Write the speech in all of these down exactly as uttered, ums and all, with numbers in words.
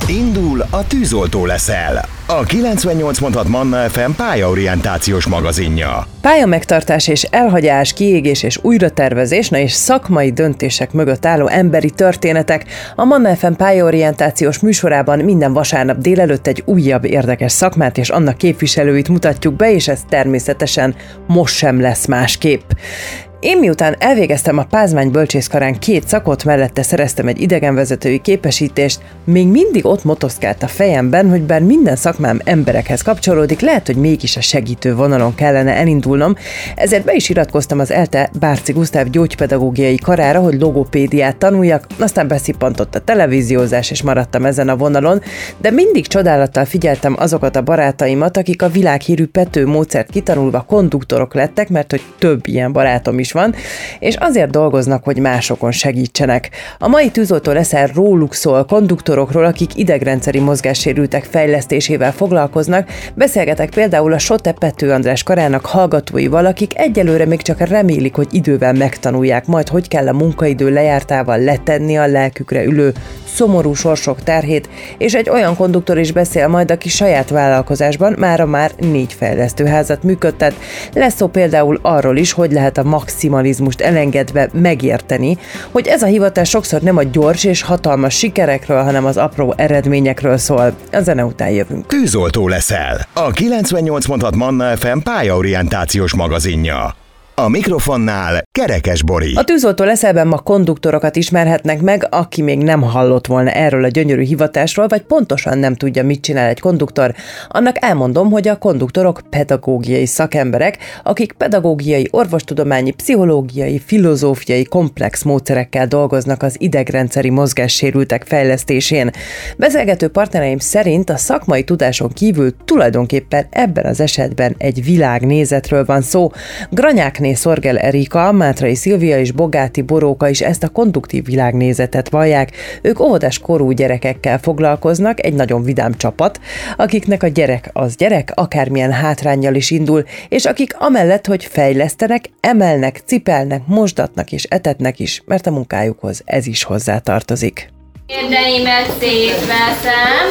Indul a Tűzoltó leszel, a kilencvennyolc pont hat Manna ef em pályaorientációs magazinja. Pályamegtartás és elhagyás, kiégés és újratervezés, na és szakmai döntések mögött álló emberi történetek. A Manna ef em pályaorientációs műsorában minden vasárnap délelőtt egy újabb érdekes szakmát és annak képviselőit mutatjuk be, és ez természetesen most sem lesz másképp. Én miután elvégeztem a Pázmány bölcsészkarán két szakot, mellette szereztem egy idegenvezetői képesítést, még mindig ott motoszkált a fejemben, hogy bár minden szakmám emberekhez kapcsolódik, lehet, hogy mégis a segítő vonalon kellene elindulnom, ezért be is iratkoztam az ELTE Bárczy Gusztáv gyógypedagógiai karára, hogy logopédiát tanuljak, aztán beszippantott a televíziózás, és maradtam ezen a vonalon, de mindig csodálattal figyeltem azokat a barátaimat, akik a világhírű Pető módszert kitanulva konduktorok lettek, mert hogy több ilyen barátom is van, és azért dolgoznak, hogy másokon segítsenek. A mai Tűzoltó leszel róluk szól, konduktorokról, akik idegrendszeri mozgássérültek fejlesztésével foglalkoznak. Beszélgetek például a Sote Pető András karának hallgatóival, akik egyelőre még csak remélik, hogy idővel megtanulják majd, hogy kell a munkaidő lejártával letenni a lelkükre ülő szomorú sorsok terhét, és egy olyan konduktor is beszél majd, aki saját vállalkozásban mára már négy fejlesztőházat működtet. Lesz szó például arról is, hogy lehet a maximalizmust elengedve megérteni, hogy ez a hivatás sokszor nem a gyors és hatalmas sikerekről, hanem az apró eredményekről szól. A zene után jövünk. Tűzoltó leszel, a kilencvennyolc pont hat Manna ef em pályaorientációs magazinja. A mikrofonnál Kerekes Bori. A Tűzoltó leszelben ma konduktorokat ismerhetnek meg, aki még nem hallott volna erről a gyönyörű hivatásról, vagy pontosan nem tudja, mit csinál egy konduktor. Annak elmondom, hogy a konduktorok pedagógiai szakemberek, akik pedagógiai, orvostudományi, pszichológiai, filozófiai komplex módszerekkel dolgoznak az idegrendszeri mozgássérültek fejlesztésén. Beszélgető partnereim szerint a szakmai tudáson kívül tulajdonképpen ebben az esetben egy világnézetről van szó. Granyákné Szorgel Erika, Mátrai Szilvia és Bogáti Boróka is ezt a konduktív világnézetet vallják. Ők óvodás korú gyerekekkel foglalkoznak, egy nagyon vidám csapat, akiknek a gyerek az gyerek, akármilyen hátránnyal is indul, és akik amellett, hogy fejlesztenek, emelnek, cipelnek, mosdatnak és etetnek is, mert a munkájukhoz ez is hozzátartozik. Érdeimet szétveszem,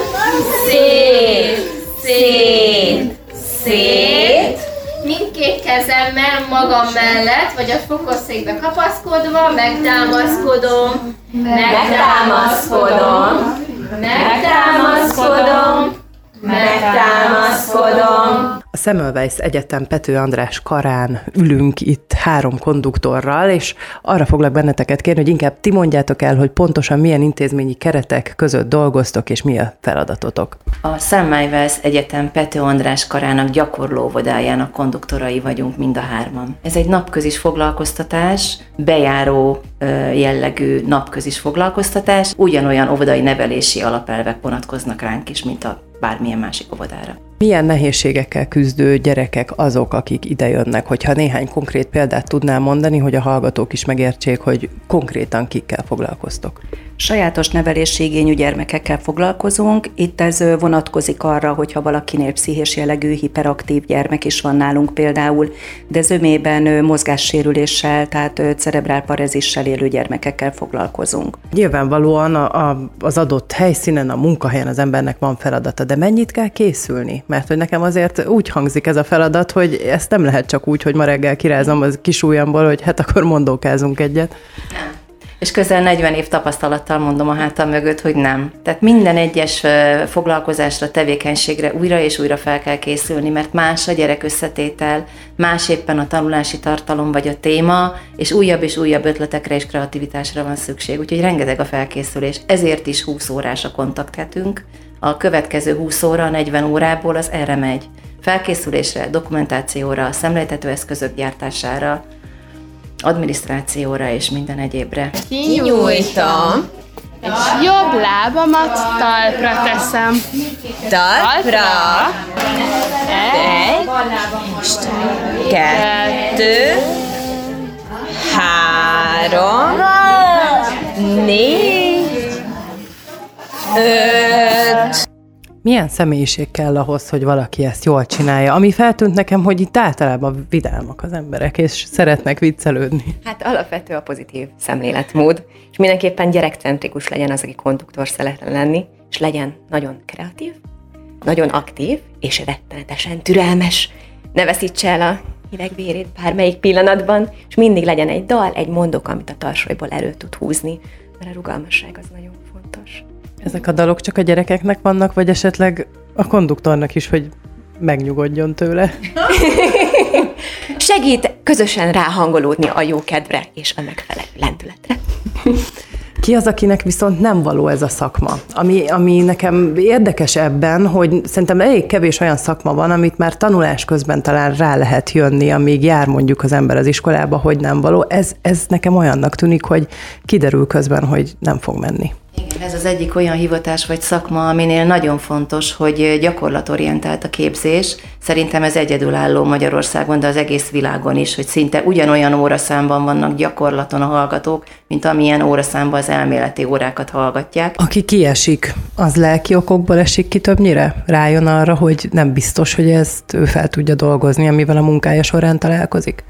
szét, szét, szét, mindkét kezemmel magam mellett, vagy a fokoszékbe kapaszkodva, megtámaszkodom, megtámaszkodom, megtámaszkodom, megtámaszkodom. A Semmelweis Egyetem Pető András karán ülünk itt három konduktorral, és arra foglak benneteket kérni, hogy inkább ti mondjátok el, hogy pontosan milyen intézményi keretek között dolgoztok, és mi a feladatotok. A Semmelweis Egyetem Pető András karának gyakorló óvodájának konduktorai vagyunk mind a hárman. Ez egy napközis foglalkoztatás, bejáró jellegű napközis foglalkoztatás, ugyanolyan óvodai nevelési alapelvek vonatkoznak ránk is, mint a bármilyen másik óvodára. Milyen nehézségekkel küzdő gyerekek azok, akik idejönnek? Hogyha néhány konkrét példát tudnál mondani, hogy a hallgatók is megértsék, hogy konkrétan kikkel foglalkoztok. Sajátos nevelési igényű gyermekekkel foglalkozunk. Itt ez vonatkozik arra, hogyha valakinél pszichés jellegű hiperaktív gyermek is van nálunk például, de zömében mozgássérüléssel, tehát cerebrálparezissel élő gyermekekkel foglalkozunk. Nyilvánvalóan a, a, az adott helyszínen, a munkahelyen az embernek van feladata, de mennyit kell készülni? Mert hogy nekem azért úgy hangzik ez a feladat, hogy ezt nem lehet csak úgy, hogy ma reggel kirázom az kis ujjamból, hogy hát akkor mondókázunk egyet. Nem. És közel negyven év tapasztalattal mondom a hátam mögött, hogy nem. Tehát minden egyes foglalkozásra, tevékenységre újra és újra fel kell készülni, mert más a gyerek összetétel, más éppen a tanulási tartalom vagy a téma, és újabb és újabb ötletekre és kreativitásra van szükség. Úgyhogy rengeteg a felkészülés. Ezért is húsz órás a kontakthetünk. A következő húsz óra, negyven órából az erre megy. Felkészülésre, dokumentációra, szemléltetőeszközök gyártására, adminisztrációra és minden egyébre. Kinyújtom, és jobb lábamat talpra teszem. Talpra! Egy, kettő, három, négy, öt. Milyen személyiség kell ahhoz, hogy valaki ezt jól csinálja? Ami feltűnt nekem, hogy itt általában vidámak az emberek, és szeretnek viccelődni. Hát alapvető a pozitív szemléletmód, és mindenképpen gyerekcentrikus legyen az, aki konduktor szeretne lenni, és legyen nagyon kreatív, nagyon aktív, és rettenetesen türelmes. Ne veszítse el a hidegvérét bármelyik pillanatban, és mindig legyen egy dal, egy mondok, amit a tarsolyból elő tud húzni, mert a rugalmasság az nagyon fontos. Ezek a dalok csak a gyerekeknek vannak, vagy esetleg a konduktornak is, hogy megnyugodjon tőle? Segít közösen ráhangolódni a jó kedvre és a megfelelő lendületre. Ki az, akinek viszont nem való ez a szakma? Ami, ami nekem érdekes ebben, hogy szerintem elég kevés olyan szakma van, amit már tanulás közben talán rá lehet jönni, amíg jár mondjuk az ember az iskolába, hogy nem való. Ez, ez nekem olyannak tűnik, hogy kiderül közben, hogy nem fog menni. Igen, ez az egyik olyan hivatás vagy szakma, aminél nagyon fontos, hogy gyakorlatorientált a képzés. Szerintem ez egyedülálló Magyarországon, de az egész világon is, hogy szinte ugyanolyan óraszámban vannak gyakorlaton a hallgatók, mint amilyen óraszámban az elméleti órákat hallgatják. Aki kiesik, az lelki okokból esik ki többnyire? Rájön arra, hogy nem biztos, hogy ezt ő fel tudja dolgozni, amivel a munkája során találkozik?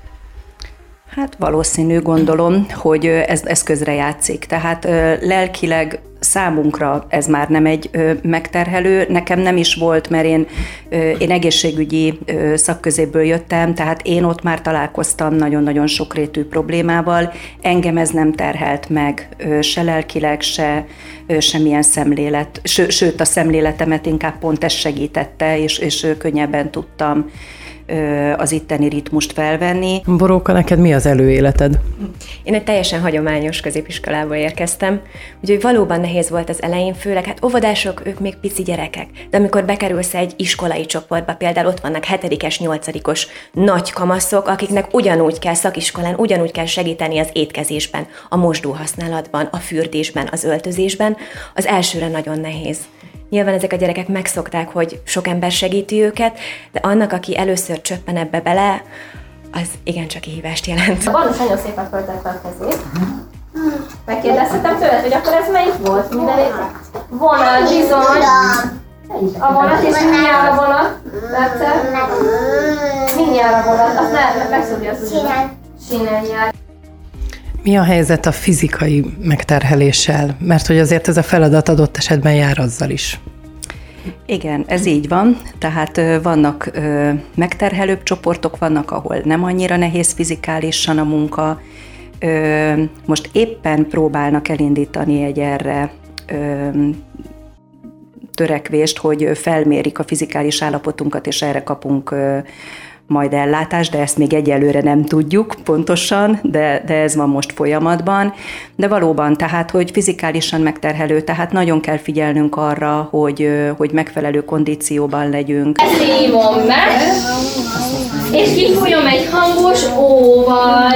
Hát valószínű, gondolom, hogy ez, ez közrejátszik. Tehát lelkileg számunkra ez már nem egy megterhelő. Nekem nem is volt, mert én, én egészségügyi szakközépből jöttem, tehát én ott már találkoztam nagyon-nagyon sokrétű problémával. Engem ez nem terhelt meg, se lelkileg, se semmilyen szemlélet. Ső, sőt, a szemléletemet inkább pont ez segítette, és, és könnyebben tudtam az itteni ritmust felvenni. Boróka, neked mi az előéleted? Én egy teljesen hagyományos középiskolába érkeztem, úgyhogy valóban nehéz volt az elején, főleg hát óvodások, ők még pici gyerekek, de amikor bekerülsz egy iskolai csoportba, például ott vannak hetedikes, nyolcadikos nagy kamaszok, akiknek ugyanúgy kell szakiskolán, ugyanúgy kell segíteni az étkezésben, a mosdóhasználatban, a fürdésben, az öltözésben, az elsőre nagyon nehéz. Nyilván ezek a gyerekek megszokták, hogy sok ember segíti őket, de annak, aki először csöppen ebbe bele, az igencsak kihívást jelent. A Barnos nagyon szépen föltette a kezét. Megkérdezhetem tőled, hogy akkor ez melyik volt? Minden vonat, bizony. A vonat, és mindjárt a vonat. Látszer? Mindjárt a vonat. Azt ne, megszokja azt, hogy sínen jár. Mi a helyzet a fizikai megterheléssel? Mert hogy azért ez a feladat adott esetben jár azzal is. Igen, ez így van. Tehát vannak megterhelőbb csoportok, vannak, ahol nem annyira nehéz fizikálisan a munka. Most éppen próbálnak elindítani egy erre törekvést, hogy felmérik a fizikális állapotunkat, és erre kapunk majd ellátást, de ezt még egyelőre nem tudjuk pontosan, de, de ez van most folyamatban. De valóban, tehát, hogy fizikálisan megterhelő, tehát nagyon kell figyelnünk arra, hogy, hogy megfelelő kondícióban legyünk. Ezt hívom meg, és kifújom egy hangos óval.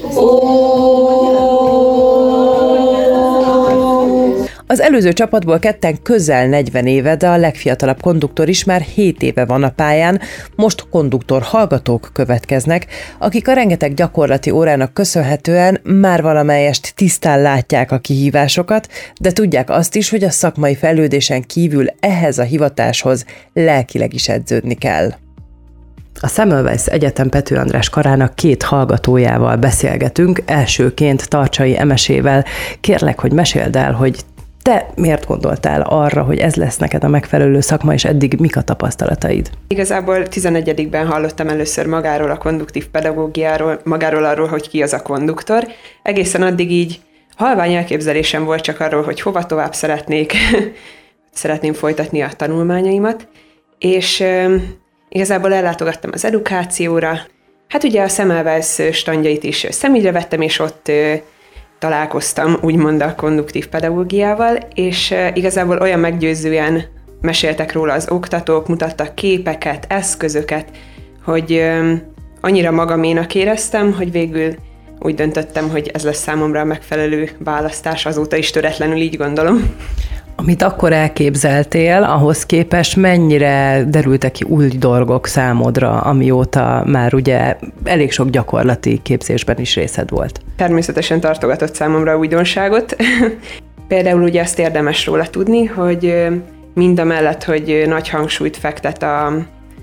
Ó. Az előző csapatból ketten közel negyven éve, de a legfiatalabb konduktor is már hét éve van a pályán, most konduktor hallgatók következnek, akik a rengeteg gyakorlati órának köszönhetően már valamelyest tisztán látják a kihívásokat, de tudják azt is, hogy a szakmai fejlődésen kívül ehhez a hivatáshoz lelkileg is edződni kell. A Semmelweis Egyetem Pető András karának két hallgatójával beszélgetünk, elsőként Tarcsai Emesével. Kérlek, hogy meséld el, hogy te miért gondoltál arra, hogy ez lesz neked a megfelelő szakma, és eddig mik a tapasztalataid? Igazából tizenegyedikben hallottam először magáról a konduktív pedagógiáról, magáról arról, hogy ki az a konduktor. Egészen addig így halvány elképzelésem volt csak arról, hogy hova tovább szeretnék, szeretném folytatni a tanulmányaimat, és e, igazából ellátogattam az edukációra. Hát ugye a Semmelweis standjait is szemügyre vettem, és ott e, találkoztam úgymond a konduktív pedagógiával, és igazából olyan meggyőzően meséltek róla az oktatók, mutattak képeket, eszközöket, hogy annyira magaménak éreztem, hogy végül úgy döntöttem, hogy ez lesz számomra a megfelelő választás, azóta is töretlenül így gondolom. Amit akkor elképzeltél, ahhoz képest mennyire derültek ki új dolgok számodra, amióta már ugye elég sok gyakorlati képzésben is részed volt? Természetesen tartogatott számomra újdonságot. Például ugye azt érdemes róla tudni, hogy mindamellett, hogy nagy hangsúlyt fektet a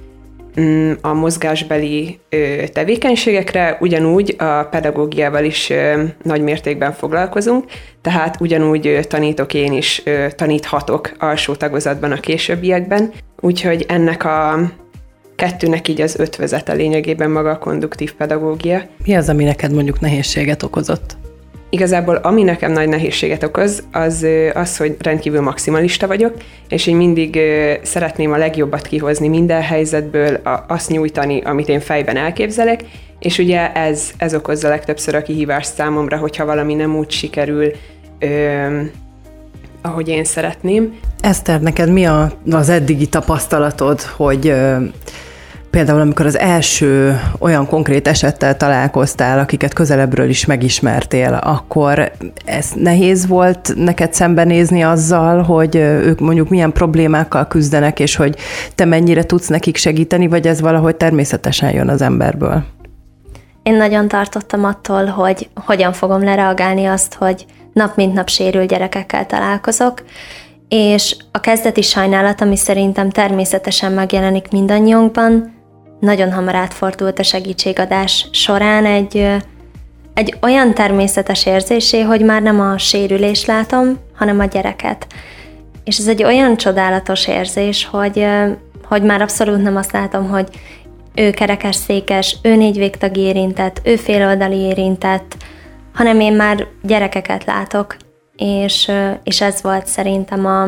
a mozgásbeli tevékenységekre, ugyanúgy a pedagógiával is nagy mértékben foglalkozunk, tehát ugyanúgy tanítok én is, taníthatok alsó tagozatban a későbbiekben, úgyhogy ennek a kettőnek így az ötvözete lényegében maga a konduktív pedagógia. Mi az, ami neked mondjuk nehézséget okozott? Igazából ami nekem nagy nehézséget okoz, az az, hogy rendkívül maximalista vagyok, és én mindig szeretném a legjobbat kihozni minden helyzetből, azt nyújtani, amit én fejben elképzelek, és ugye ez, ez okozza legtöbbször a kihívást számomra, hogyha valami nem úgy sikerül, ö, ahogy én szeretném. Eszter, neked mi a, az eddigi tapasztalatod, hogy ö, például amikor az első olyan konkrét esettel találkoztál, akiket közelebbről is megismertél, akkor ez nehéz volt neked szembenézni azzal, hogy ők mondjuk milyen problémákkal küzdenek, és hogy te mennyire tudsz nekik segíteni, vagy ez valahogy természetesen jön az emberből? Én nagyon tartottam attól, hogy hogyan fogom lereagálni azt, hogy nap mint nap sérült gyerekekkel találkozok, és a kezdeti sajnálat, ami szerintem természetesen megjelenik mindannyiunkban, nagyon hamar átfordult a segítségadás során egy, egy olyan természetes érzésé, hogy már nem a sérülést látom, hanem a gyereket. És ez egy olyan csodálatos érzés, hogy, hogy már abszolút nem azt látom, hogy ő kerekesszékes, ő négy végtagi érintett, ő féloldali érintett, hanem én már gyerekeket látok, és, és ez volt szerintem a,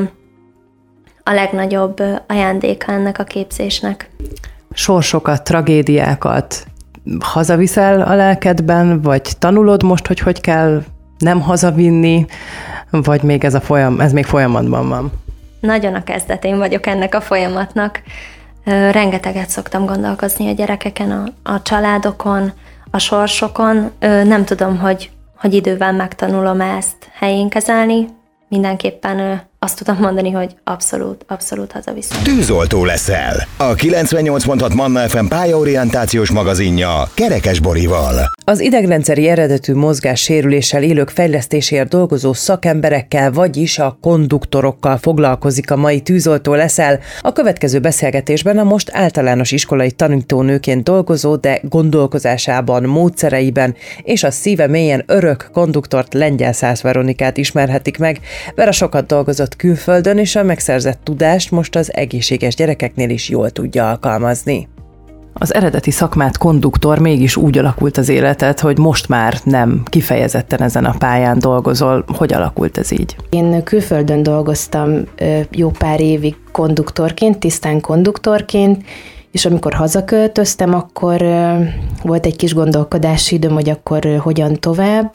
a legnagyobb ajándéka ennek a képzésnek. Sorsokat, tragédiákat hazaviszel a lelkedben, vagy tanulod most, hogy hogy kell nem hazavinni, vagy még ez, a folyam, ez még folyamatban van? Nagyon a kezdetén vagyok ennek a folyamatnak. Rengeteget szoktam gondolkozni a gyerekeken, a, a családokon, a sorsokon. Nem tudom, hogy, hogy idővel megtanulom ezt helyén kezelni. Mindenképpen azt tudom mondani, hogy abszolút, abszolút hazaviszem. Tűzoltó leszel. A kilencvennyolc pont hat Manna ef em pályaorientációs magazinja Kerekes Borival. Az idegrendszeri eredetű mozgássérüléssel élők fejlesztéséért dolgozó szakemberekkel, vagyis a konduktorokkal foglalkozik a mai Tűzoltó leszel. A következő beszélgetésben a most általános iskolai tanítónőként dolgozó, de gondolkozásában, módszereiben és a szíve mélyen örök konduktort, Lengyel Szász Veronikát ismerhetik meg. Vera sokat dolgozott külföldön, és a megszerzett tudást most az egészséges gyerekeknél is jól tudja alkalmazni. Az eredeti szakmát, konduktor, mégis úgy alakult az életed, hogy most már nem kifejezetten ezen a pályán dolgozol. Hogy alakult ez így? Én külföldön dolgoztam jó pár évig konduktorként, tisztán konduktorként, és amikor hazaköltöztem, akkor volt egy kis gondolkodási időm, hogy akkor hogyan tovább,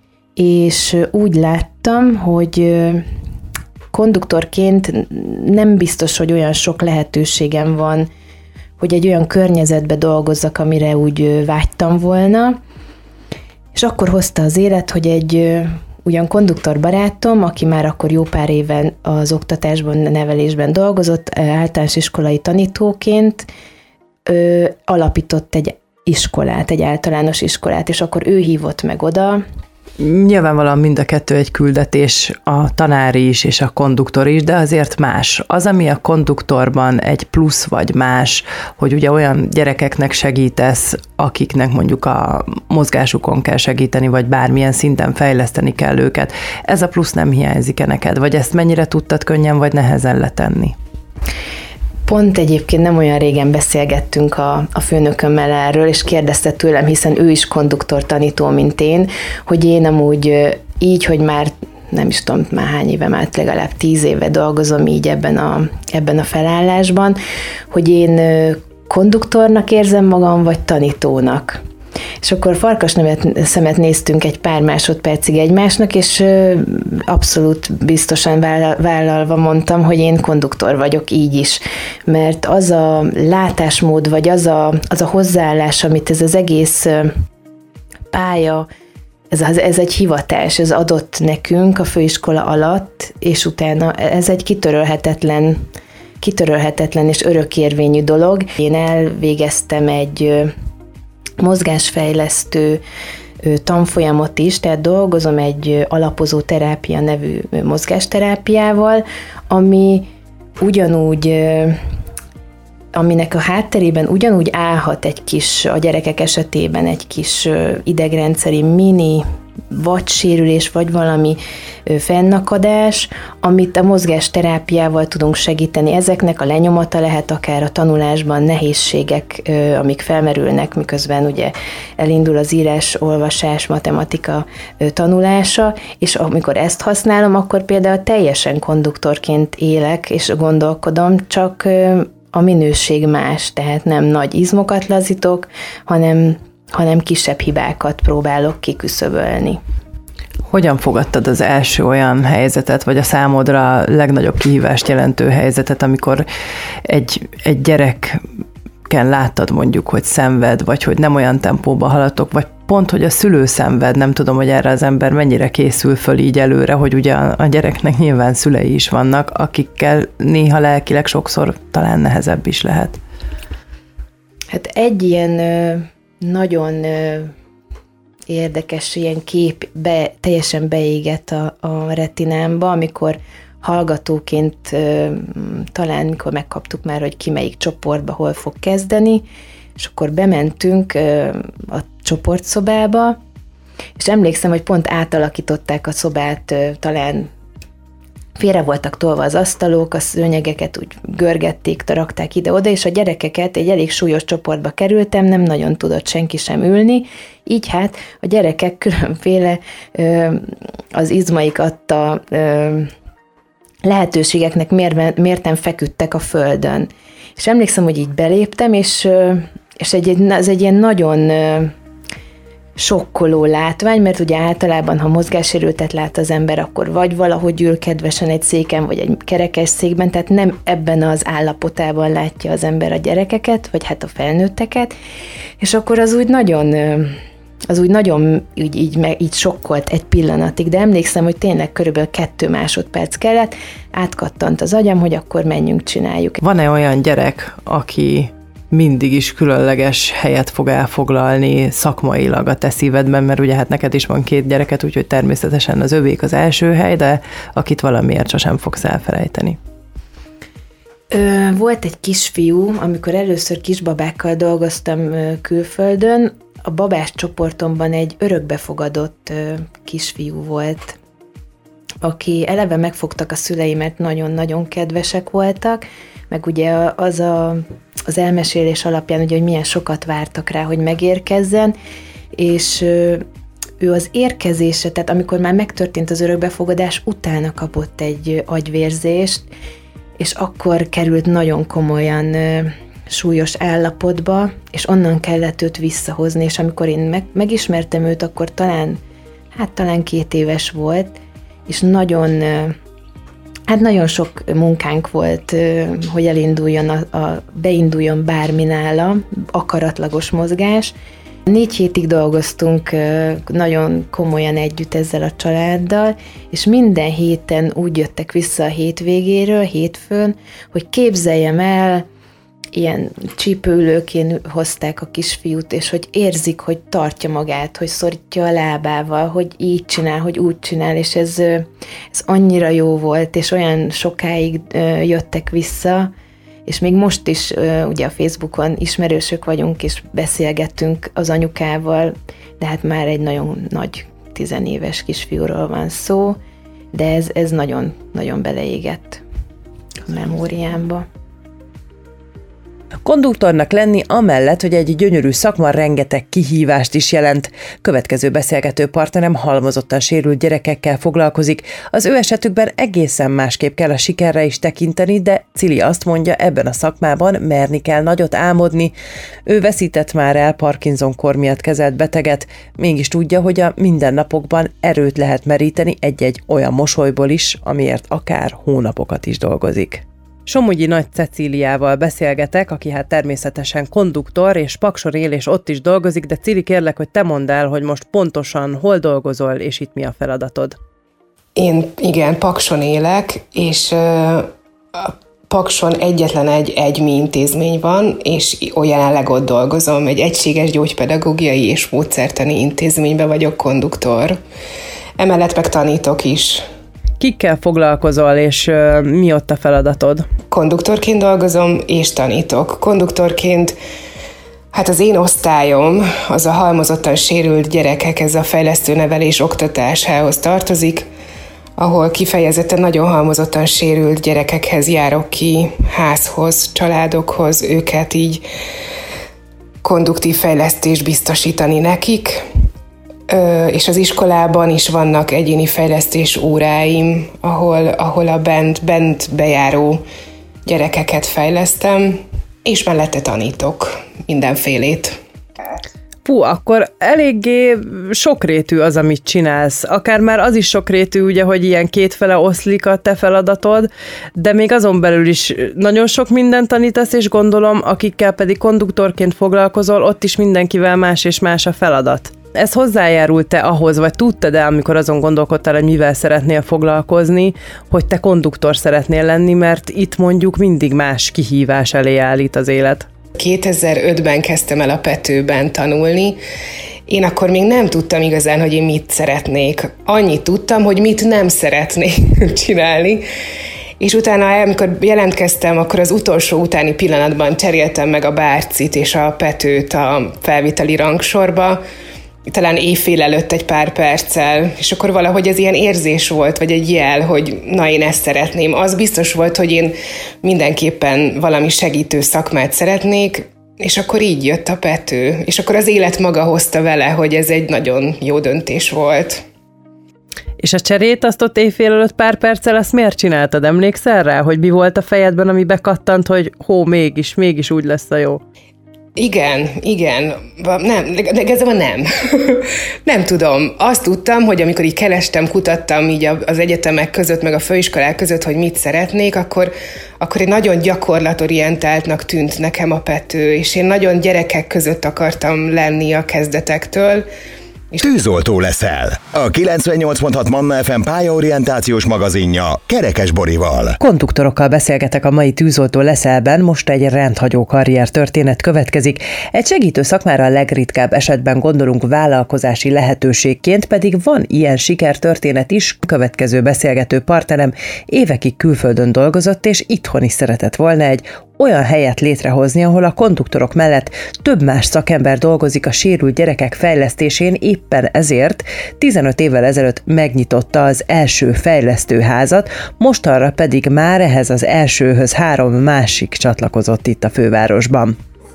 és úgy láttam, hogy konduktorként nem biztos, hogy olyan sok lehetőségem van, hogy egy olyan környezetbe dolgozzak, amire úgy vágytam volna. És akkor hozta az élet, hogy egy ugyan konduktor barátom, aki már akkor jó pár éven az oktatásban, nevelésben dolgozott, általános iskolai tanítóként, ő alapított egy iskolát, egy általános iskolát, és akkor ő hívott meg oda. Nyilvánvalóan mind a kettő egy küldetés, a tanári is és a konduktor is, de azért más. Az, ami a konduktorban egy plusz vagy más, hogy ugye olyan gyerekeknek segítesz, akiknek mondjuk a mozgásukon kell segíteni, vagy bármilyen szinten fejleszteni kell őket. Ez a plusz nem hiányzik-e neked? Vagy ezt mennyire tudtad könnyen vagy nehezen letenni? Pont egyébként nem olyan régen beszélgettünk a, a főnökömmel erről, és kérdezte tőlem, hiszen ő is konduktor tanító, mint én, hogy én amúgy így, hogy már nem is tudom, már hány éve, már legalább tíz éve dolgozom így ebben a, ebben a felállásban, hogy én konduktornak érzem magam, vagy tanítónak. És akkor farkas nevet, szemet néztünk egy pár másodpercig egymásnak, és abszolút biztosan vállalva mondtam, hogy én konduktor vagyok így is. Mert az a látásmód, vagy az a, az a hozzáállás, amit ez az egész pálya, ez, az, ez egy hivatás, ez adott nekünk a főiskola alatt, és utána ez egy kitörölhetetlen, kitörölhetetlen és örökérvényű dolog. Én elvégeztem egy mozgásfejlesztő tanfolyamot is, tehát dolgozom egy alapozó terápia nevű mozgásterápiával, ami ugyanúgy aminek a hátterében ugyanúgy állhat egy kis, a gyerekek esetében egy kis idegrendszeri mini vagy sérülés, vagy valami fennakadás, amit a mozgásterápiával tudunk segíteni. Ezeknek a lenyomata lehet akár a tanulásban nehézségek, amik felmerülnek, miközben ugye elindul az írás, olvasás, matematika tanulása, és amikor ezt használom, akkor például teljesen konduktorként élek, és gondolkodom, csak a minőség más, tehát nem nagy izmokat lazítok, hanem hanem kisebb hibákat próbálok kiküszöbölni. Hogyan fogadtad az első olyan helyzetet, vagy a számodra legnagyobb kihívást jelentő helyzetet, amikor egy, egy gyereken láttad mondjuk, hogy szenved, vagy hogy nem olyan tempóba haladtok, vagy pont, hogy a szülő szenved, nem tudom, hogy erre az ember mennyire készül föl így előre, hogy ugye a gyereknek nyilván szülei is vannak, akikkel néha lelkileg sokszor talán nehezebb is lehet. Hát egy ilyen nagyon érdekes ilyen kép be, teljesen beégett a, a retinámba, amikor hallgatóként talán, mikor megkaptuk már, hogy ki melyik csoportba hol fog kezdeni, és akkor bementünk a csoportszobába, és emlékszem, hogy pont átalakították a szobát, talán félre voltak tolva az asztalok, a szőnyegeket úgy görgették, rakták ide-oda, és a gyerekeket egy elég súlyos csoportba kerültem, nem nagyon tudott senki sem ülni, így hát a gyerekek különféle ö, az izmaik adta ö, lehetőségeknek mérve, mérten feküdtek a földön. És emlékszem, hogy így beléptem, és, ö, és egy, ez egy ilyen nagyon ö, sokkoló látvány, mert ugye általában, ha mozgássérültet lát az ember, akkor vagy valahogy ül kedvesen egy széken, vagy egy kerekesszékben, tehát nem ebben az állapotában látja az ember a gyerekeket, vagy hát a felnőtteket, és akkor az úgy nagyon, az úgy nagyon így, így, így sokkolt egy pillanatig, de emlékszem, hogy tényleg körülbelül kettő másodperc kellett, átkattant az agyam, hogy akkor menjünk, csináljuk. Van-e olyan gyerek, aki mindig is különleges helyet fog elfoglalni szakmailag a te szívedben, mert ugye hát neked is van két gyereket, úgyhogy természetesen az övék az első hely, de akit valamiért sosem fogsz elfelejteni. Ö, volt egy kisfiú, amikor először kisbabákkal dolgoztam külföldön, a babás csoportomban egy örökbefogadott kisfiú volt, aki eleve megfogtak a szülei, mert nagyon-nagyon kedvesek voltak, meg ugye az a, az elmesélés alapján, ugye, hogy milyen sokat vártak rá, hogy megérkezzen, és ő az érkezése, tehát amikor már megtörtént az örökbefogadás, utána kapott egy agyvérzést, és akkor került nagyon komolyan súlyos állapotba, és onnan kellett őt visszahozni, és amikor én meg, megismertem őt, akkor talán, hát talán két éves volt, és nagyon... Hát nagyon sok munkánk volt, hogy elinduljon, a, a, beinduljon bármi nála, akaratlagos mozgás. Négy hétig dolgoztunk nagyon komolyan együtt ezzel a családdal, és minden héten úgy jöttek vissza a hétvégéről, hétfőn, hogy képzeljem el, ilyen csípőülőkén hozták a kisfiút, és hogy érzik, hogy tartja magát, hogy szorítja a lábával, hogy így csinál, hogy úgy csinál, és ez, ez annyira jó volt, és olyan sokáig jöttek vissza, és még most is ugye a Facebookon ismerősök vagyunk, és beszélgettünk az anyukával, de hát már egy nagyon nagy tizenéves kisfiúról van szó, de ez, ez nagyon, nagyon beleégett a memóriámba. Konduktornak lenni amellett, hogy egy gyönyörű szakma, rengeteg kihívást is jelent. Következő beszélgető partnerem halmozottan sérült gyerekekkel foglalkozik. Az ő esetükben egészen másképp kell a sikerre is tekinteni, de Cili azt mondja, ebben a szakmában merni kell nagyot álmodni. Ő veszített már el Parkinson-kór miatt kezelt beteget, mégis tudja, hogy a mindennapokban erőt lehet meríteni egy-egy olyan mosolyból is, amiért akár hónapokat is dolgozik. Somogyi Nagy Cecíliával beszélgetek, aki hát természetesen konduktor, és Pakson él, és ott is dolgozik, de Cili, kérlek, hogy te mondd el, hogy most pontosan hol dolgozol, és itt mi a feladatod. Én igen, Pakson élek, és uh, a Pakson egyetlen egy egymi intézmény van, és jelenleg ott dolgozom. Egy egységes gyógypedagógiai és módszertani intézményben vagyok konduktor. Emellett meg tanítok is. Kikkel foglalkozol, és mi ott a feladatod? Konduktorként dolgozom, és tanítok. Konduktorként hát az én osztályom, az a halmozottan sérült gyerekek, ez a fejlesztő nevelés oktatásához tartozik, ahol kifejezetten nagyon halmozottan sérült gyerekekhez járok ki, házhoz, családokhoz, őket így konduktív fejlesztést biztosítani nekik, Ö, és az iskolában is vannak egyéni fejlesztés óráim, ahol, ahol a bent, bent bejáró gyerekeket fejlesztem, és mellette tanítok mindenfélét. Fú, akkor eléggé sokrétű az, amit csinálsz. Akár már az is sokrétű, ugye, hogy ilyen kétfele oszlik a te feladatod, de még azon belül is nagyon sok mindent tanítasz, és gondolom, akikkel pedig konduktorként foglalkozol, ott is mindenkivel más és más a feladat. Ez hozzájárult-e ahhoz, vagy tudtad-e, amikor azon gondolkodtál, hogy mivel szeretnél foglalkozni, hogy te konduktor szeretnél lenni, mert itt mondjuk mindig más kihívás elé állít az élet? kétezer-ötben kezdtem el a Petőben tanulni. Én akkor még nem tudtam igazán, hogy én mit szeretnék. Annyit tudtam, hogy mit nem szeretnék csinálni. És utána, amikor jelentkeztem, akkor az utolsó utáni pillanatban cseréltem meg a bárcit és a Petőt a felviteli rangsorba, talán éjfél előtt egy pár perccel, és akkor valahogy ez ilyen érzés volt, vagy egy jel, hogy na, én ezt szeretném. Az biztos volt, hogy én mindenképpen valami segítő szakmát szeretnék, és akkor így jött a Pető. És akkor az élet maga hozta vele, hogy ez egy nagyon jó döntés volt. És a cserét azt ott éjfél előtt pár perccel, azt miért csináltad? Emlékszel rá, hogy mi volt a fejedben, ami bekattant, hogy hó, mégis, mégis úgy lesz a jó? Igen, igen, nem, igazából nem. Nem tudom. Azt tudtam, hogy amikor így kerestem, kutattam így az egyetemek között, meg a főiskolák között, hogy mit szeretnék, akkor, akkor egy nagyon gyakorlatorientáltnak tűnt nekem a Pető, és én nagyon gyerekek között akartam lenni a kezdetektől. Tűzoltó leszel. A kilencvennyolc pont hat Manna ef em pályaorientációs magazinja Kerekes Borival. Konduktorokkal beszélgetek a mai Tűzoltó leszelben, most egy rendhagyó karrier történet következik. Egy segítő szakmára a legritkább esetben gondolunk vállalkozási lehetőségként, pedig van ilyen sikertörténet is. Következő beszélgető partnerem évekig külföldön dolgozott, és itthon is szeretett volna egy olyan helyet létrehozni, ahol a konduktorok mellett több más szakember dolgozik a sérült gyerekek fejlesztésén, éppen ezért tizenöt évvel ezelőtt megnyitotta az első fejlesztőházat, mostanra pedig már ehhez az elsőhöz három másik csatlakozott itt a fővárosban.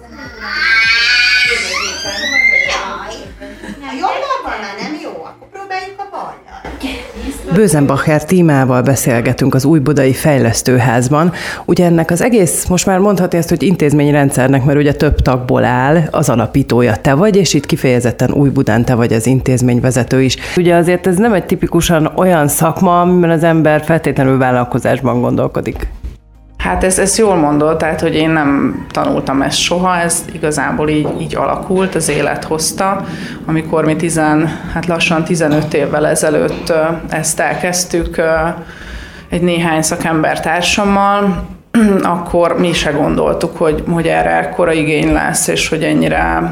Bözenbacher Tímával beszélgetünk az Újbudai Fejlesztőházban. Ugye ennek az egész, most már mondhatni ezt, hogy intézményrendszernek, mert ugye több tagból áll, az alapítója te vagy, és itt kifejezetten Újbudán te vagy az intézményvezető is. Ugye azért ez nem egy tipikusan olyan szakma, amiben az ember feltétlenül vállalkozásban gondolkodik. Hát ezt, ezt jól mondod, tehát, hogy én nem tanultam ezt soha, ez igazából így, így alakult, az élet hozta. Amikor mi tizen, hát lassan tizenöt évvel ezelőtt ezt elkezdtük egy néhány szakember társammal, akkor mi se gondoltuk, hogy, hogy erre ekkora igény lesz, és hogy ennyire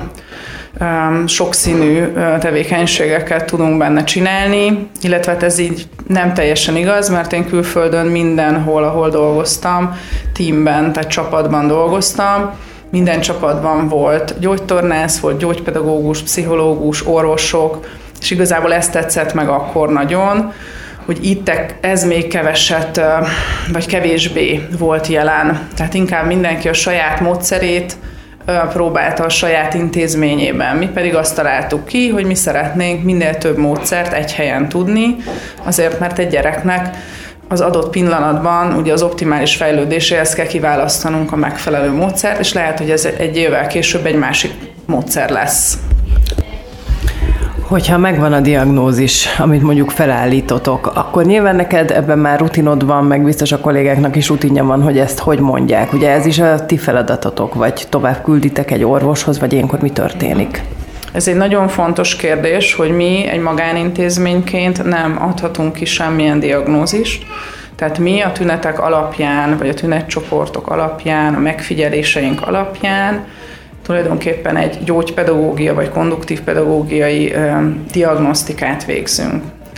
sokszínű tevékenységeket tudunk benne csinálni, illetve ez így nem teljesen igaz, mert én külföldön mindenhol, ahol dolgoztam, teamben, tehát csapatban dolgoztam, minden csapatban volt gyógytornász, volt gyógypedagógus, pszichológus, orvosok, és igazából ezt tetszett meg akkor nagyon, hogy itt ez még keveset, vagy kevésbé volt jelen. Tehát inkább mindenki a saját módszerét próbálta a saját intézményében. Mi pedig azt találtuk ki, hogy mi szeretnénk minél több módszert egy helyen tudni, azért mert egy gyereknek az adott pillanatban ugye az optimális fejlődéséhez kell kiválasztanunk a megfelelő módszert, és lehet, hogy ez egy évvel később egy másik módszer lesz. Hogyha megvan a diagnózis, amit mondjuk felállítotok, akkor nyilván neked ebben már rutinod van, meg biztos a kollégáknak is rutinja van, hogy ezt hogy mondják. Ugye ez is a ti feladatotok, vagy tovább külditek egy orvoshoz, vagy ilyenkor mi történik? Ez egy nagyon fontos kérdés, hogy mi egy magánintézményként nem adhatunk ki semmilyen diagnózist. Tehát mi a tünetek alapján, vagy a tünetcsoportok alapján, a megfigyeléseink alapján tulajdonképpen egy gyógypedagógia vagy konduktív pedagógiai ö, diagnosztikát végzünk.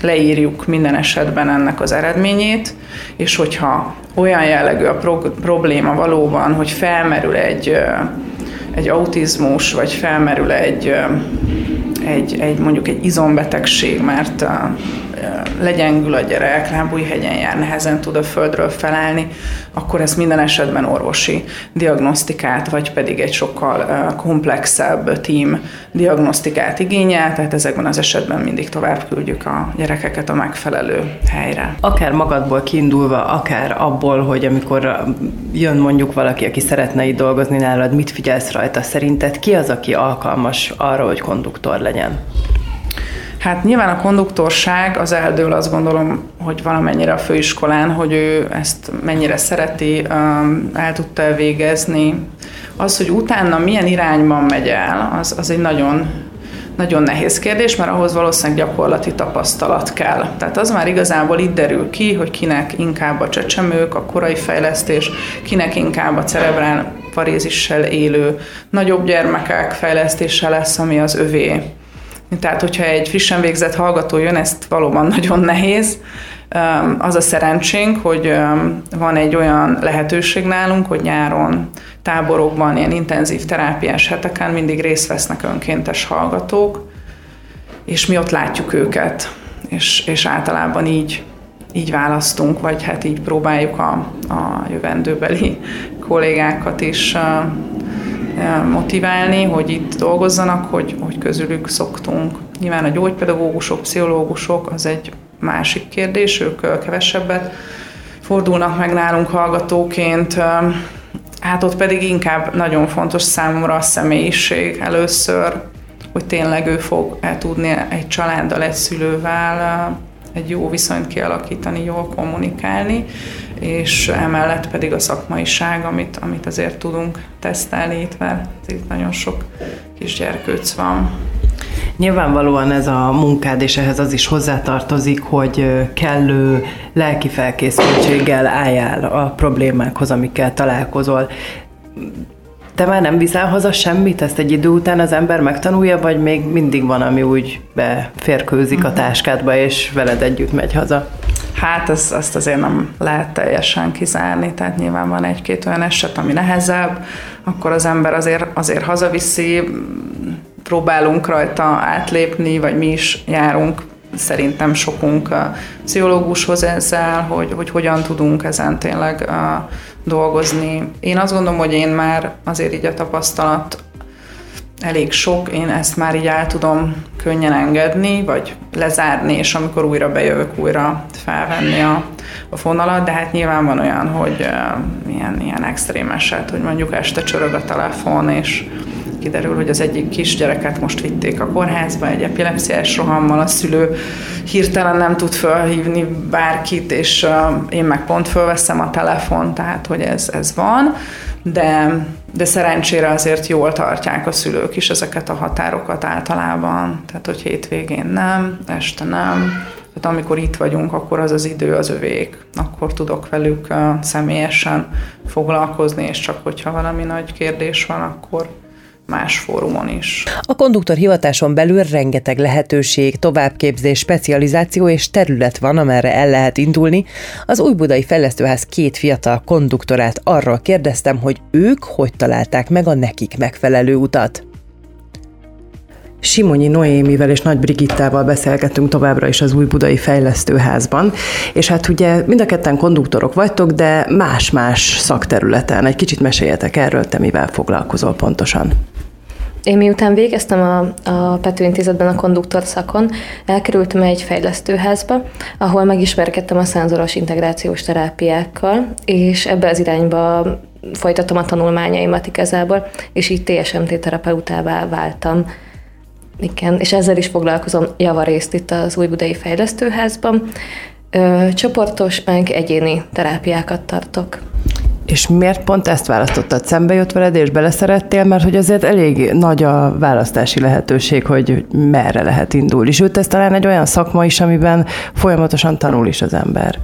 leírjuk minden esetben ennek az eredményét, és hogyha olyan jellegű a pro- probléma valóban, hogy felmerül egy, egy autizmus, vagy felmerül egy, egy, egy mondjuk egy izombetegség, mert legyengül a gyerek, lábújhegyen jár, nehezen tud a földről felállni, akkor ez minden esetben orvosi diagnosztikát, vagy pedig egy sokkal komplexebb tím diagnosztikát igényel, tehát ezekben az esetben mindig tovább küldjük a gyerekeket a megfelelő helyre. Akár magadból kiindulva, akár abból, hogy amikor jön mondjuk valaki, aki szeretne itt dolgozni nálad, mit figyelsz rajta? Szerinted ki az, aki alkalmas arra, hogy konduktor legyen? Hát nyilván a konduktorság az eldől, azt gondolom, hogy valamennyire a főiskolán, hogy ő ezt mennyire szereti, el tudta elvégezni. Az, hogy utána milyen irányban megy el, az, az egy nagyon, nagyon nehéz kérdés, mert ahhoz valószínűleg gyakorlati tapasztalat kell. Tehát az már igazából itt derül ki, hogy kinek inkább a csecsemők, a korai fejlesztés, kinek inkább a cerebrál parézissel élő nagyobb gyermekek fejlesztése lesz, ami az övé. Tehát, hogyha egy frissen végzett hallgató jön, ezt valóban nagyon nehéz. Az a szerencsénk, hogy van egy olyan lehetőség nálunk, hogy nyáron táborokban, ilyen intenzív terápiás heteken mindig részt vesznek önkéntes hallgatók, és mi ott látjuk őket, és, és általában így, így választunk, vagy hát így próbáljuk a, a jövendőbeli kollégákat is motiválni, hogy itt dolgozzanak, hogy, hogy közülük szoktunk. Nyilván a gyógypedagógusok, pszichológusok, az egy másik kérdés, ők kevesebbet fordulnak meg nálunk hallgatóként. Hát ott pedig inkább nagyon fontos számomra a személyiség először, hogy tényleg ő fog el tudni egy családdal, egy szülővel egy jó viszonyt kialakítani, jól kommunikálni, és emellett pedig a szakmaiság, amit, amit azért tudunk tesztelni itt, mert itt nagyon sok kisgyerkőc van. Nyilvánvalóan ez a munkád, és ehhez az is hozzátartozik, hogy kellő lelki felkészültséggel álljál a problémákhoz, amikkel találkozol. Te már nem viszel haza semmit? Ezt egy idő után az ember megtanulja, vagy még mindig van, ami úgy beférkőzik a táskádba, és veled együtt megy haza? Hát ezt, ezt azért nem lehet teljesen kizárni, tehát nyilván van egy-két olyan eset, ami nehezebb, akkor az ember azért, azért hazaviszi, próbálunk rajta átlépni, vagy mi is járunk szerintem sokunk a pszichológushoz ezzel, hogy, hogy hogyan tudunk ezen tényleg uh, dolgozni. Én azt gondolom, hogy én már azért így a tapasztalat elég sok, én ezt már így el tudom könnyen engedni, vagy lezárni, és amikor újra bejövök, újra felvenni a, a fonalat, de hát nyilván van olyan, hogy uh, ilyen, ilyen extrém eset, hogy mondjuk este csörög a telefon, és kiderül, hogy az egyik kisgyereket most vitték a kórházba egy epilepsziás rohammal, a szülő hirtelen nem tud felhívni bárkit, és uh, én meg pont fölveszem a telefon, tehát hogy ez, ez van, de, de szerencsére azért jól tartják a szülők is ezeket a határokat általában, tehát hogy hétvégén nem, este nem, tehát amikor itt vagyunk, akkor az az idő az övék, akkor tudok velük uh, személyesen foglalkozni, és csak hogyha valami nagy kérdés van, akkor más fórumon is. A konduktor hivatáson belül rengeteg lehetőség, továbbképzés, specializáció és terület van, amerre el lehet indulni. Az Újbudai Fejlesztőház két fiatal konduktorát arról kérdeztem, hogy ők hogy találták meg a nekik megfelelő utat. Simonyi Noémivel és Nagy Brigittával beszélgettünk továbbra is az Újbudai Fejlesztőházban, és hát ugye mind a ketten konduktorok vagytok, de más-más szakterületen. Egy kicsit meséljetek erről, te mivel foglalkozol pontosan? Én miután végeztem a, a Pető Intézetben a konduktor szakon, elkerültem egy fejlesztőházba, ahol megismerkedtem a szenzoros integrációs terápiákkal, és ebbe az irányba folytattam a tanulmányaimat igazából, és így té es em té terapeutává váltam. Igen, és ezzel is foglalkozom javarészt itt az Újbudai Fejlesztőházban. Ö, csoportos, meg egyéni terápiákat tartok. És miért pont ezt választottad? Szembe jött veled, és beleszerettél, mert hogy azért elég nagy a választási lehetőség, hogy merre lehet indulni. Sőt, ez talán egy olyan szakma is, amiben folyamatosan tanul is az ember.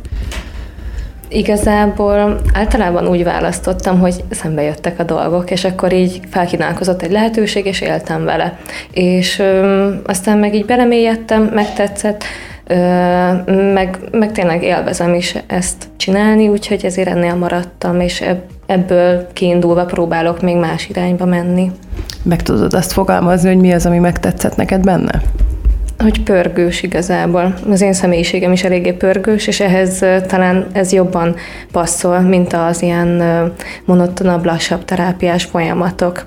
Igazából általában úgy választottam, hogy szembe jöttek a dolgok, és akkor így felkínálkozott egy lehetőség, és éltem vele. És ö, aztán meg így belemélyedtem, megtetszett, meg, meg tényleg élvezem is ezt csinálni, úgyhogy ezért ennél maradtam, és ebből kiindulva próbálok még más irányba menni. Meg tudod azt fogalmazni, hogy mi az, ami megtetszett neked benne? Hogy pörgős igazából. Az én személyiségem is eléggé pörgős, és ehhez talán ez jobban passzol, mint az ilyen monotonabb, lassabb terápiás folyamatok.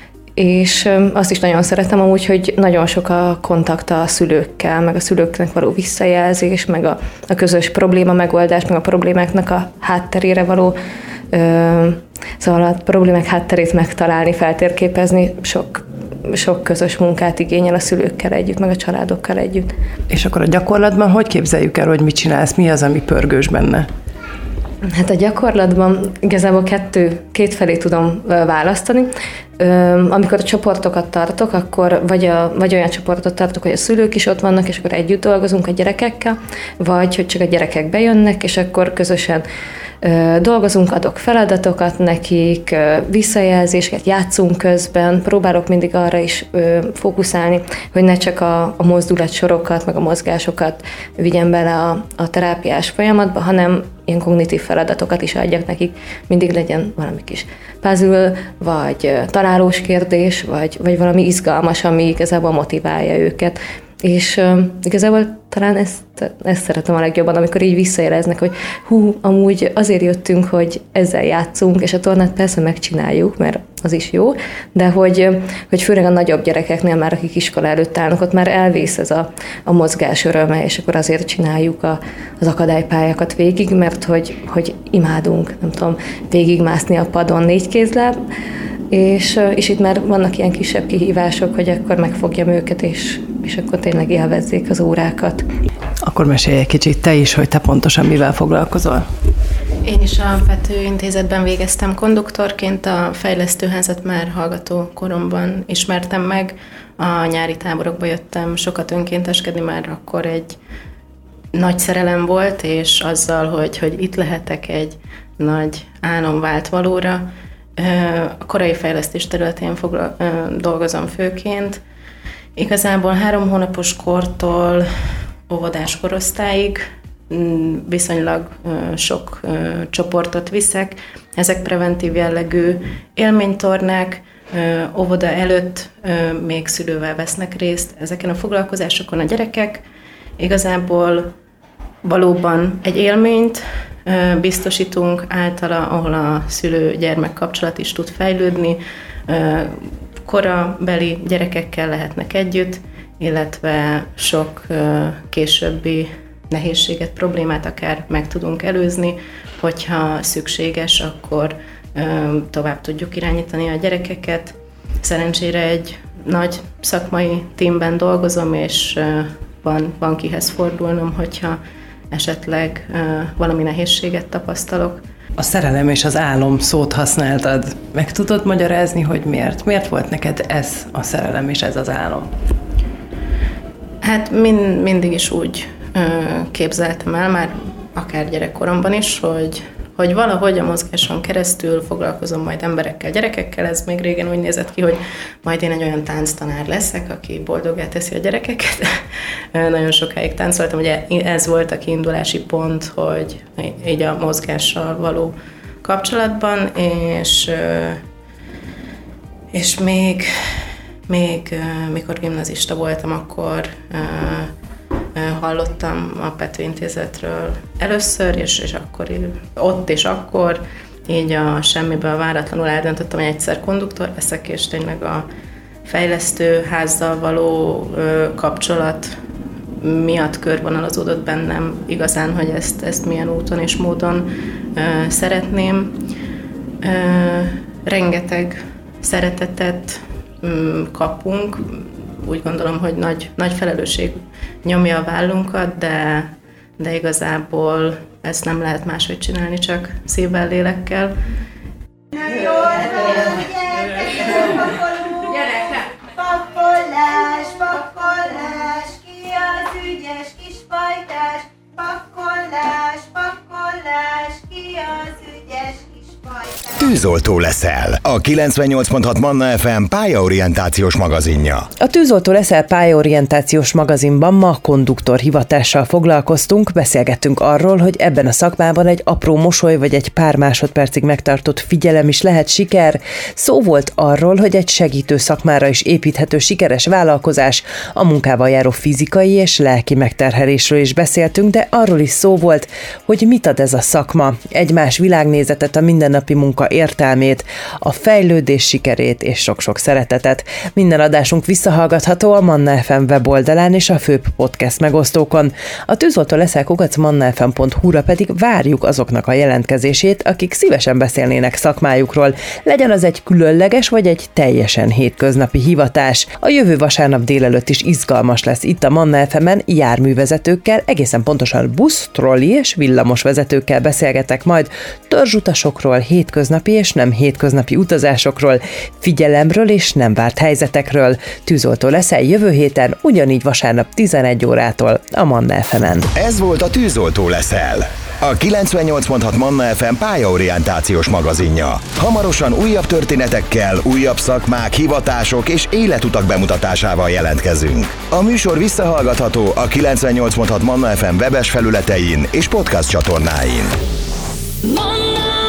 És azt is nagyon szeretem amúgy, hogy nagyon sok a kontakt a szülőkkel, meg a szülőknek való visszajelzés, meg a, a közös probléma megoldás, meg a problémáknak a hátterére való, ö, szóval a problémák hátterét megtalálni, feltérképezni sok, sok közös munkát igényel a szülőkkel együtt, meg a családokkal együtt. És akkor a gyakorlatban hogy képzeljük el, hogy mit csinálsz, mi az, ami pörgős benne? Hát a gyakorlatban igazából kettő, két felé tudom választani. Amikor a csoportokat tartok, akkor vagy, a, vagy olyan csoportot tartok, hogy a szülők is ott vannak, és akkor együtt dolgozunk a gyerekekkel, vagy hogy csak a gyerekek bejönnek, és akkor közösen dolgozunk, adok feladatokat nekik, visszajelzéseket, játszunk közben, próbálok mindig arra is fókuszálni, hogy ne csak a, a mozdulatsorokat, meg a mozgásokat vigyen bele a, a terápiás folyamatba, hanem ilyen kognitív feladatokat is adjak nekik, mindig legyen valami kis puzzle, vagy találós kérdés, vagy, vagy valami izgalmas, ami igazából motiválja őket. És uh, igazából talán ezt, ezt szeretem a legjobban, amikor így visszajeleznek, hogy hú, amúgy azért jöttünk, hogy ezzel játszunk, és a tornát persze megcsináljuk, mert az is jó, de hogy, hogy főleg a nagyobb gyerekeknél már, akik iskola előtt állnak, ott már elvész ez a, a mozgás öröme, és akkor azért csináljuk a, az akadálypályákat végig, mert hogy, hogy imádunk, nem tudom, végigmászni a padon négy kézláb, és, és itt már vannak ilyen kisebb kihívások, hogy akkor megfogjam őket, és, és akkor tényleg élvezzék az órákat. Akkor mesélj egy kicsit te is, hogy te pontosan mivel foglalkozol. Én is a Pető Intézetben végeztem konduktorként, a fejlesztőházat már hallgató koromban ismertem meg, a nyári táborokba jöttem sokat önkénteskedni, már akkor egy nagy szerelem volt, és azzal, hogy, hogy itt lehetek, egy nagy álom vált valóra. A korai fejlesztés területén foglal, dolgozom főként. Igazából három hónapos kortól óvodás korosztályig viszonylag sok csoportot viszek. Ezek preventív jellegű élménytornák, óvoda előtt még szülővel vesznek részt ezeken a foglalkozásokon a gyerekek. Igazából valóban egy élményt biztosítunk általa, ahol a szülő-gyermek kapcsolat is tud fejlődni, korabeli gyerekekkel lehetnek együtt, illetve sok későbbi nehézséget, problémát akár meg tudunk előzni, hogyha szükséges, akkor tovább tudjuk irányítani a gyerekeket. Szerencsére egy nagy szakmai tímben dolgozom, és van, van kihez fordulnom, hogyha esetleg uh, valami nehézséget tapasztalok. A szerelem és az álom szót használtad. Meg tudod magyarázni, hogy miért? Miért volt neked ez a szerelem és ez az álom? Hát mind, mindig is úgy uh, képzeltem el, már akár gyerekkoromban is, hogy, hogy valahogy a mozgáson keresztül foglalkozom majd emberekkel, gyerekekkel. Ez még régen úgy nézett ki, hogy majd én egy olyan tánctanár leszek, aki boldoggá teszi a gyerekeket. Nagyon sokáig táncoltam, ugye ez volt a kiindulási pont, hogy így a mozgással való kapcsolatban, és, és még, még mikor gimnazista voltam, akkor hallottam a Pető Intézetről először, és, és akkor ott és akkor így a semmiből váratlanul eldöntöttem, hogy egyszer konduktor leszek, és tényleg a fejlesztőházzal való ö, kapcsolat miatt körvonalazódott bennem igazán, hogy ezt, ezt milyen úton és módon ö, szeretném. Ö, rengeteg szeretetet ö, kapunk, úgy gondolom, hogy nagy, nagy felelősség nyomja a vállunkat, de, de igazából ezt nem lehet máshogy csinálni, csak szívvel, lélekkel. Pakkolás, pakkolás, ki az ügyes kispajtás? Pakkolás, pakkolás, ki az ügyes kispajtás? Tűzoltó leszel. A kilencvennyolc pont hat Manna ef em pályaorientációs magazinja. A Tűzoltó leszel pályaorientációs magazinban ma konduktor hivatással foglalkoztunk, beszélgettünk arról, hogy ebben a szakmában egy apró mosoly vagy egy pár másodpercig megtartott figyelem is lehet siker. Szó volt arról, hogy egy segítő szakmára is építhető sikeres vállalkozás, a munkával járó fizikai és lelki megterhelésről is beszéltünk, de arról is szó volt, hogy mit ad ez a szakma, egymás világnézetet, a mindennapi munka értelmét, a fejlődés sikerét és sok-sok szeretetet. Minden adásunk visszahallgatható a Manna ef em weboldalán és a főbb podcast megosztókon. A Tűzoltó leszel kukac mannafm pont hu-ra pedig várjuk azoknak a jelentkezését, akik szívesen beszélnének szakmájukról, legyen az egy különleges vagy egy teljesen hétköznapi hivatás. A jövő vasárnap délelőtt is izgalmas lesz itt a Manna ef em-en, járművezetőkkel, egészen pontosan busz, trolli és villamos vezetőkkel beszélgetek majd törzsutasokról, hétköznapi és nem hétköznapi utazásokról, figyelemről és nem várt helyzetekről. Tűzoltó leszel jövő héten, ugyanígy vasárnap tizenegy órától a Manna ef em-en. Ez volt a Tűzoltó leszel, a kilencvennyolc pont hat Manna ef em pályaorientációs magazinja. Hamarosan újabb történetekkel, újabb szakmák, hivatások és életutak bemutatásával jelentkezünk. A műsor visszahallgatható a kilencvennyolc pont hat Manna ef em webes felületein és podcast csatornáin. Manna